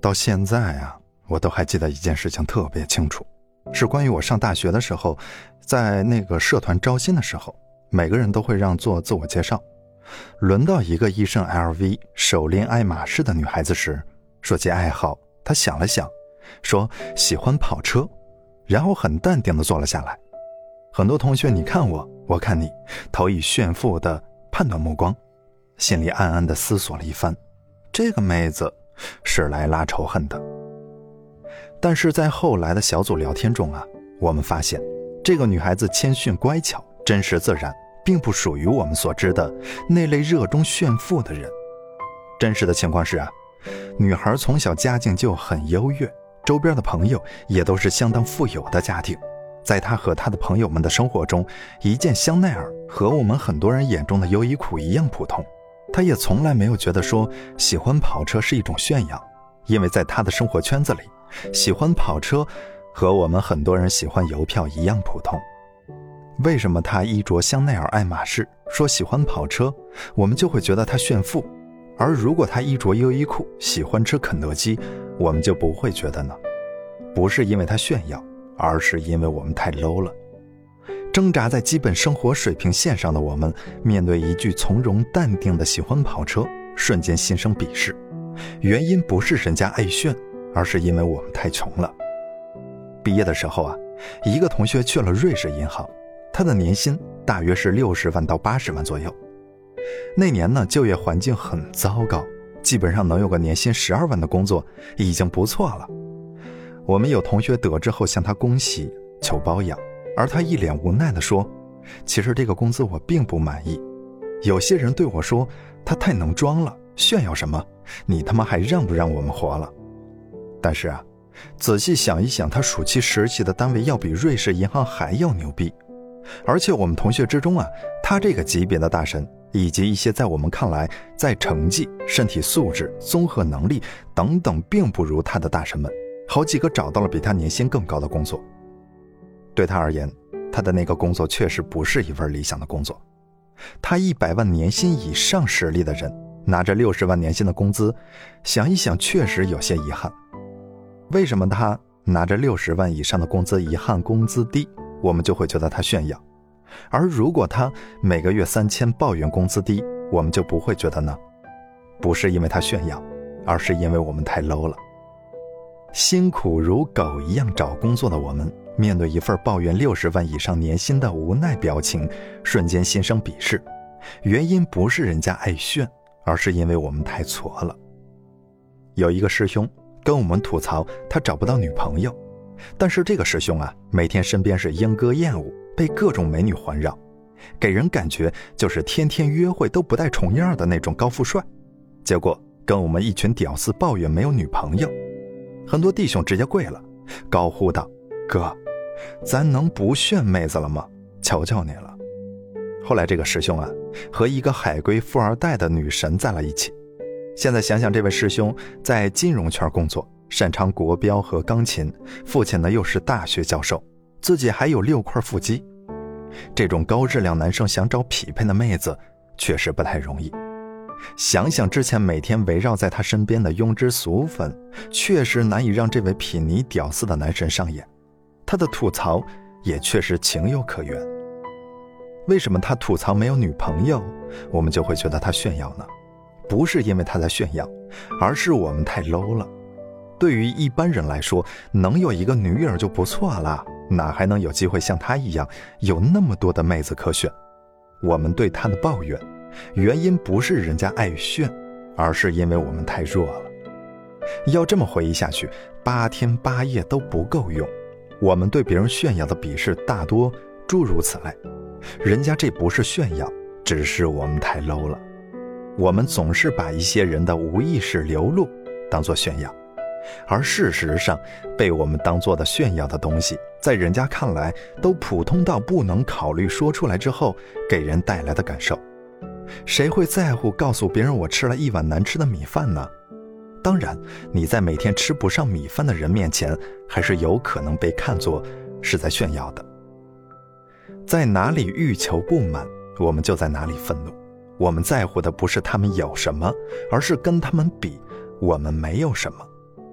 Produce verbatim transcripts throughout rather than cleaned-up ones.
到现在啊，我都还记得一件事情特别清楚，是关于我上大学的时候，在那个社团招新的时候，每个人都会让做自我介绍。轮到一个一身 L V 手拎爱马仕的女孩子时，说起爱好，她想了想，说喜欢跑车，然后很淡定地坐了下来。很多同学你看我，我看你，投以炫富的判断目光，心里暗暗地思索了一番，这个妹子是来拉仇恨的。但是在后来的小组聊天中啊，我们发现这个女孩子谦逊乖巧，真实自然，并不属于我们所知的那类热衷炫富的人。真实的情况是啊，女孩从小家境就很优越，周边的朋友也都是相当富有的家庭。在她和她的朋友们的生活中，一件香奈儿和我们很多人眼中的优衣库一样普通。她也从来没有觉得说喜欢跑车是一种炫耀，因为在她的生活圈子里，喜欢跑车和我们很多人喜欢邮票一样普通。为什么她衣着香奈儿爱马仕，说喜欢跑车，我们就会觉得她炫富，而如果她衣着优衣库，喜欢吃肯德基，我们就不会觉得呢？不是因为她炫耀，而是因为我们太 low 了。挣扎在基本生活水平线上的我们，面对一句从容淡定的喜欢跑车，瞬间心生鄙视。原因不是人家爱炫，而是因为我们太穷了。毕业的时候啊，一个同学去了瑞士银行，他的年薪大约是六十万到八十万左右。那年呢，就业环境很糟糕，基本上能有个年薪十二万的工作已经不错了。我们有同学得知后向他恭喜求包养，而他一脸无奈地说，其实这个工资我并不满意。有些人对我说，他太能装了，炫耀什么，你他妈还让不让我们活了？但是啊，仔细想一想，他暑期实习的单位要比瑞士银行还要牛逼。而且我们同学之中啊，他这个级别的大神，以及一些在我们看来在成绩、身体素质、综合能力等等并不如他的大神们，好几个找到了比他年薪更高的工作。对他而言，他的那个工作确实不是一份理想的工作。他一百万年薪以上实力的人，拿着六十万年薪的工资，想一想确实有些遗憾。为什么他拿着六十万以上的工资遗憾工资低，我们就会觉得他炫耀？而如果他每个月三千抱怨工资低，我们就不会觉得呢？不是因为他炫耀，而是因为我们太 low 了。辛苦如狗一样找工作的我们，面对一份抱怨六十万以上年薪的无奈表情，瞬间心生鄙视。原因不是人家爱炫，而是因为我们太挫了。有一个师兄跟我们吐槽他找不到女朋友，但是这个师兄啊，每天身边是莺歌燕舞，被各种美女环绕，给人感觉就是天天约会都不带重样的那种高富帅。结果跟我们一群屌丝抱怨没有女朋友，很多弟兄直接跪了，高呼道，哥，咱能不炫妹子了吗？求求你了。后来这个师兄啊，和一个海归富二代的女神在了一起。现在想想，这位师兄在金融圈工作，擅长国标和钢琴，父亲呢又是大学教授，自己还有六块腹肌。这种高质量男生想找匹配的妹子确实不太容易。想想之前每天围绕在他身边的庸脂俗粉，确实难以让这位痞泥屌丝的男神上眼。他的吐槽也确实情有可原。为什么他吐槽没有女朋友，我们就会觉得他炫耀呢？不是因为他在炫耀，而是我们太 low 了。对于一般人来说，能有一个女友就不错了，哪还能有机会像他一样有那么多的妹子可选？我们对他的抱怨，原因不是人家爱炫，而是因为我们太弱了。要这么回忆下去，八天八夜都不够用。我们对别人炫耀的鄙视大多诸如此类，人家这不是炫耀，只是我们太 low 了。我们总是把一些人的无意识流露当作炫耀，而事实上被我们当作的炫耀的东西，在人家看来都普通到不能考虑说出来之后给人带来的感受。谁会在乎告诉别人我吃了一碗难吃的米饭呢？当然，你在每天吃不上米饭的人面前，还是有可能被看作是在炫耀的。在哪里欲求不满，我们就在哪里愤怒。我们在乎的不是他们有什么，而是跟他们比，我们没有什么。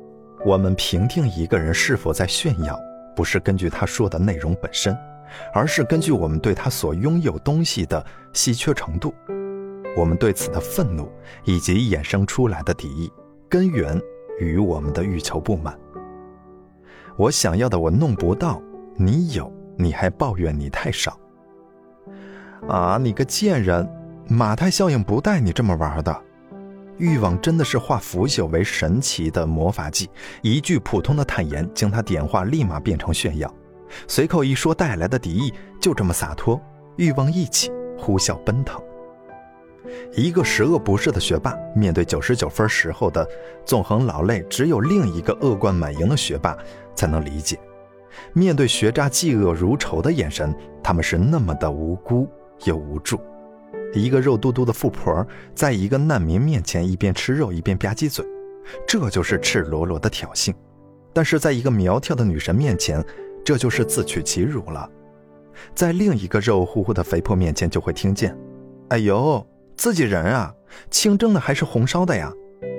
我们评定一个人是否在炫耀，不是根据他说的内容本身，而是根据我们对他所拥有东西的稀缺程度。我们对此的愤怒以及衍生出来的敌意，根源于我们的欲求不满。我想要的我弄不到，你有，你还抱怨你太少。啊，你个贱人，马太效应不带你这么玩的。欲望真的是化腐朽为神奇的魔法剂，一句普通的坦言将它点化，立马变成炫耀，随口一说带来的敌意就这么洒脱，欲望一起呼啸奔腾。一个十恶不赦的学霸面对九十九分时候的纵横老泪，只有另一个恶贯满盈的学霸才能理解。面对学渣嫉恶如仇的眼神，他们是那么的无辜又无助。一个肉嘟嘟的富婆在一个难民面前一边吃肉一边吧唧嘴，这就是赤裸裸的挑衅。但是在一个苗条的女神面前，这就是自取其辱了。在另一个肉乎乎的肥婆面前，就会听见，哎呦，自己人啊，清蒸的还是红烧的呀。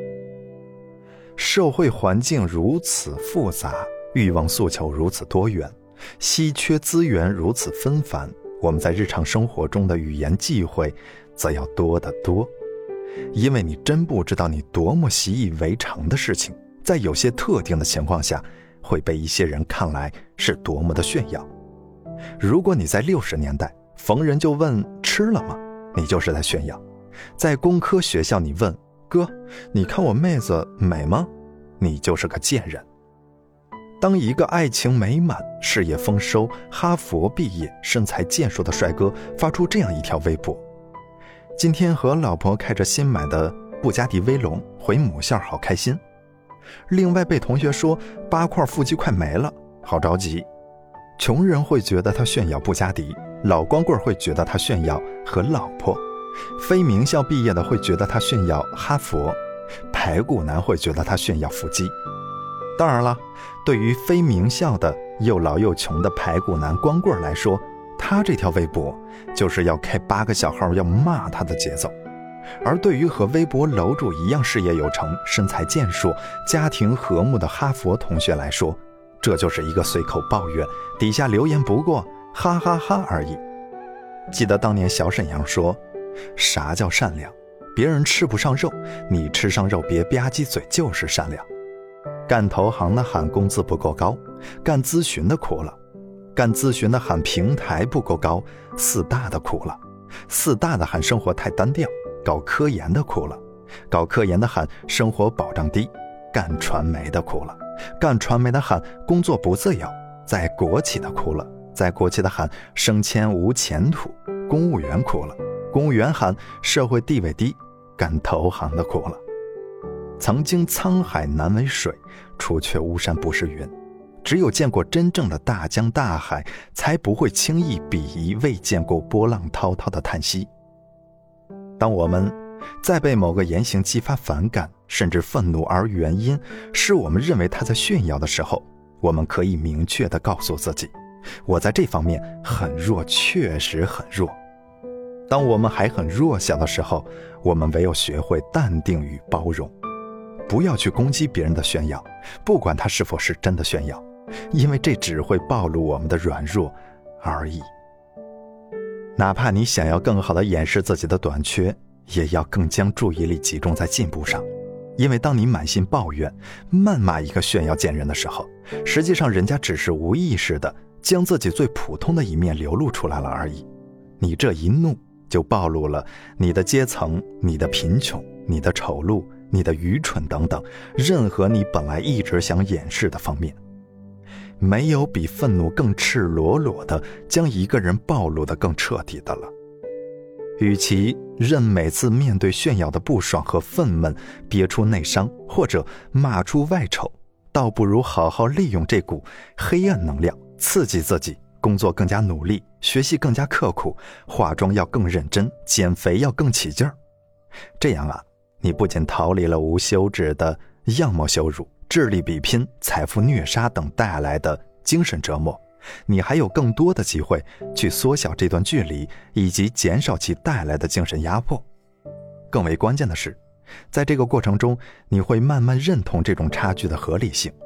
社会环境如此复杂，欲望诉求如此多元，稀缺资源如此纷繁，我们在日常生活中的语言忌讳则要多得多。因为你真不知道你多么习以为常的事情，在有些特定的情况下会被一些人看来是多么的炫耀。如果你在六十年代逢人就问吃了吗，你就是在炫耀。在工科学校你问哥，你看我妹子美吗，你就是个贱人。当一个爱情美满、事业丰收、哈佛毕业、身材健硕的帅哥发出这样一条微博，今天和老婆开着新买的布加迪威龙回母校，好开心。另外被同学说八块腹肌快没了，好着急。穷人会觉得他炫耀布加迪，老光棍会觉得他炫耀和老婆，非名校毕业的会觉得他炫耀哈佛，排骨男会觉得他炫耀腹肌。当然了，对于非名校的又老又穷的排骨男光棍来说，他这条微博就是要开八个小号要骂他的节奏。而对于和微博楼主一样事业有成、身材健硕、家庭和睦的哈佛同学来说，这就是一个随口抱怨，底下留言不过哈哈哈而已。记得当年小沈阳说，啥叫善良？别人吃不上肉，你吃上肉别吧唧嘴就是善良。干投行的喊工资不够高，干咨询的苦了；干咨询的喊平台不够高，四大的苦了；四大的喊生活太单调，搞科研的苦了；搞科研的喊生活保障低，干传媒的苦了；干传媒的喊工作不自由，在国企的苦了；在国企的喊升迁无前途，公务员苦了；公务员喊社会地位低，干投行的苦了。曾经沧海难为水，除却巫山不是云。只有见过真正的大江大海，才不会轻易鄙夷未见过波浪滔滔的叹息。当我们在被某个言行激发反感甚至愤怒，而原因是我们认为他在炫耀的时候，我们可以明确地告诉自己，我在这方面很弱，确实很弱。当我们还很弱小的时候，我们唯有学会淡定与包容，不要去攻击别人的炫耀，不管他是否是真的炫耀，因为这只会暴露我们的软弱而已。哪怕你想要更好地掩饰自己的短缺，也要更将注意力集中在进步上。因为当你满心抱怨、谩骂一个炫耀贱人的时候，实际上人家只是无意识地将自己最普通的一面流露出来了而已。你这一怒，就暴露了你的阶层、你的贫穷、你的丑陋、你的愚蠢等等，任何你本来一直想掩饰的方面。没有比愤怒更赤裸裸的将一个人暴露得更彻底的了。与其任每次面对炫耀的不爽和愤懑憋出内伤，或者骂出外丑，倒不如好好利用这股黑暗能量，刺激自己工作更加努力，学习更加刻苦，化妆要更认真，减肥要更起劲儿。这样啊，你不仅逃离了无休止的样貌羞辱、智力比拼、财富虐杀等带来的精神折磨，你还有更多的机会去缩小这段距离，以及减少其带来的精神压迫。更为关键的是，在这个过程中，你会慢慢认同这种差距的合理性，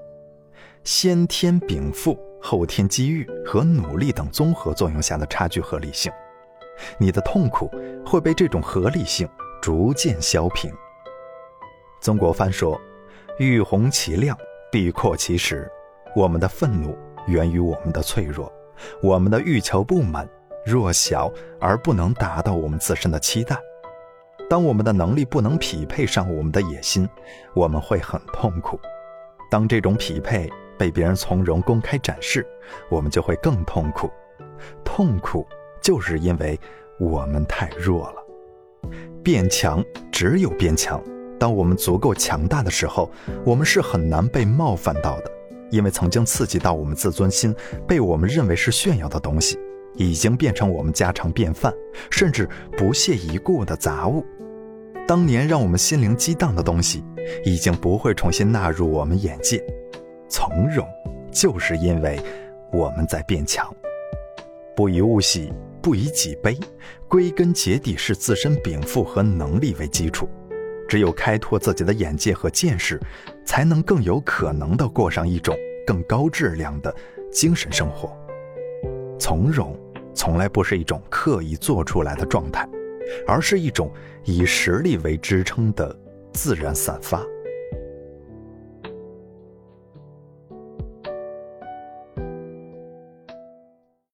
先天禀赋、后天机遇和努力等综合作用下的差距合理性。你的痛苦会被这种合理性逐渐消平。曾国藩说，欲弘其量，必扩其实。我们的愤怒源于我们的脆弱，我们的欲求不满弱小而不能达到我们自身的期待。当我们的能力不能匹配上我们的野心，我们会很痛苦。当这种匹配被别人从容公开展示，我们就会更痛苦。痛苦就是因为我们太弱了。变强，只有变强。当我们足够强大的时候，我们是很难被冒犯到的，因为曾经刺激到我们自尊心，被我们认为是炫耀的东西，已经变成我们家常便饭，甚至不屑一顾的杂物。当年让我们心灵激荡的东西，已经不会重新纳入我们眼界。从容，就是因为我们在变强。不以物喜，不以己悲，归根结底是自身禀赋和能力为基础。只有开拓自己的眼界和见识，才能更有可能地过上一种更高质量的精神生活。从容从来不是一种刻意做出来的状态，而是一种以实力为支撑的自然散发。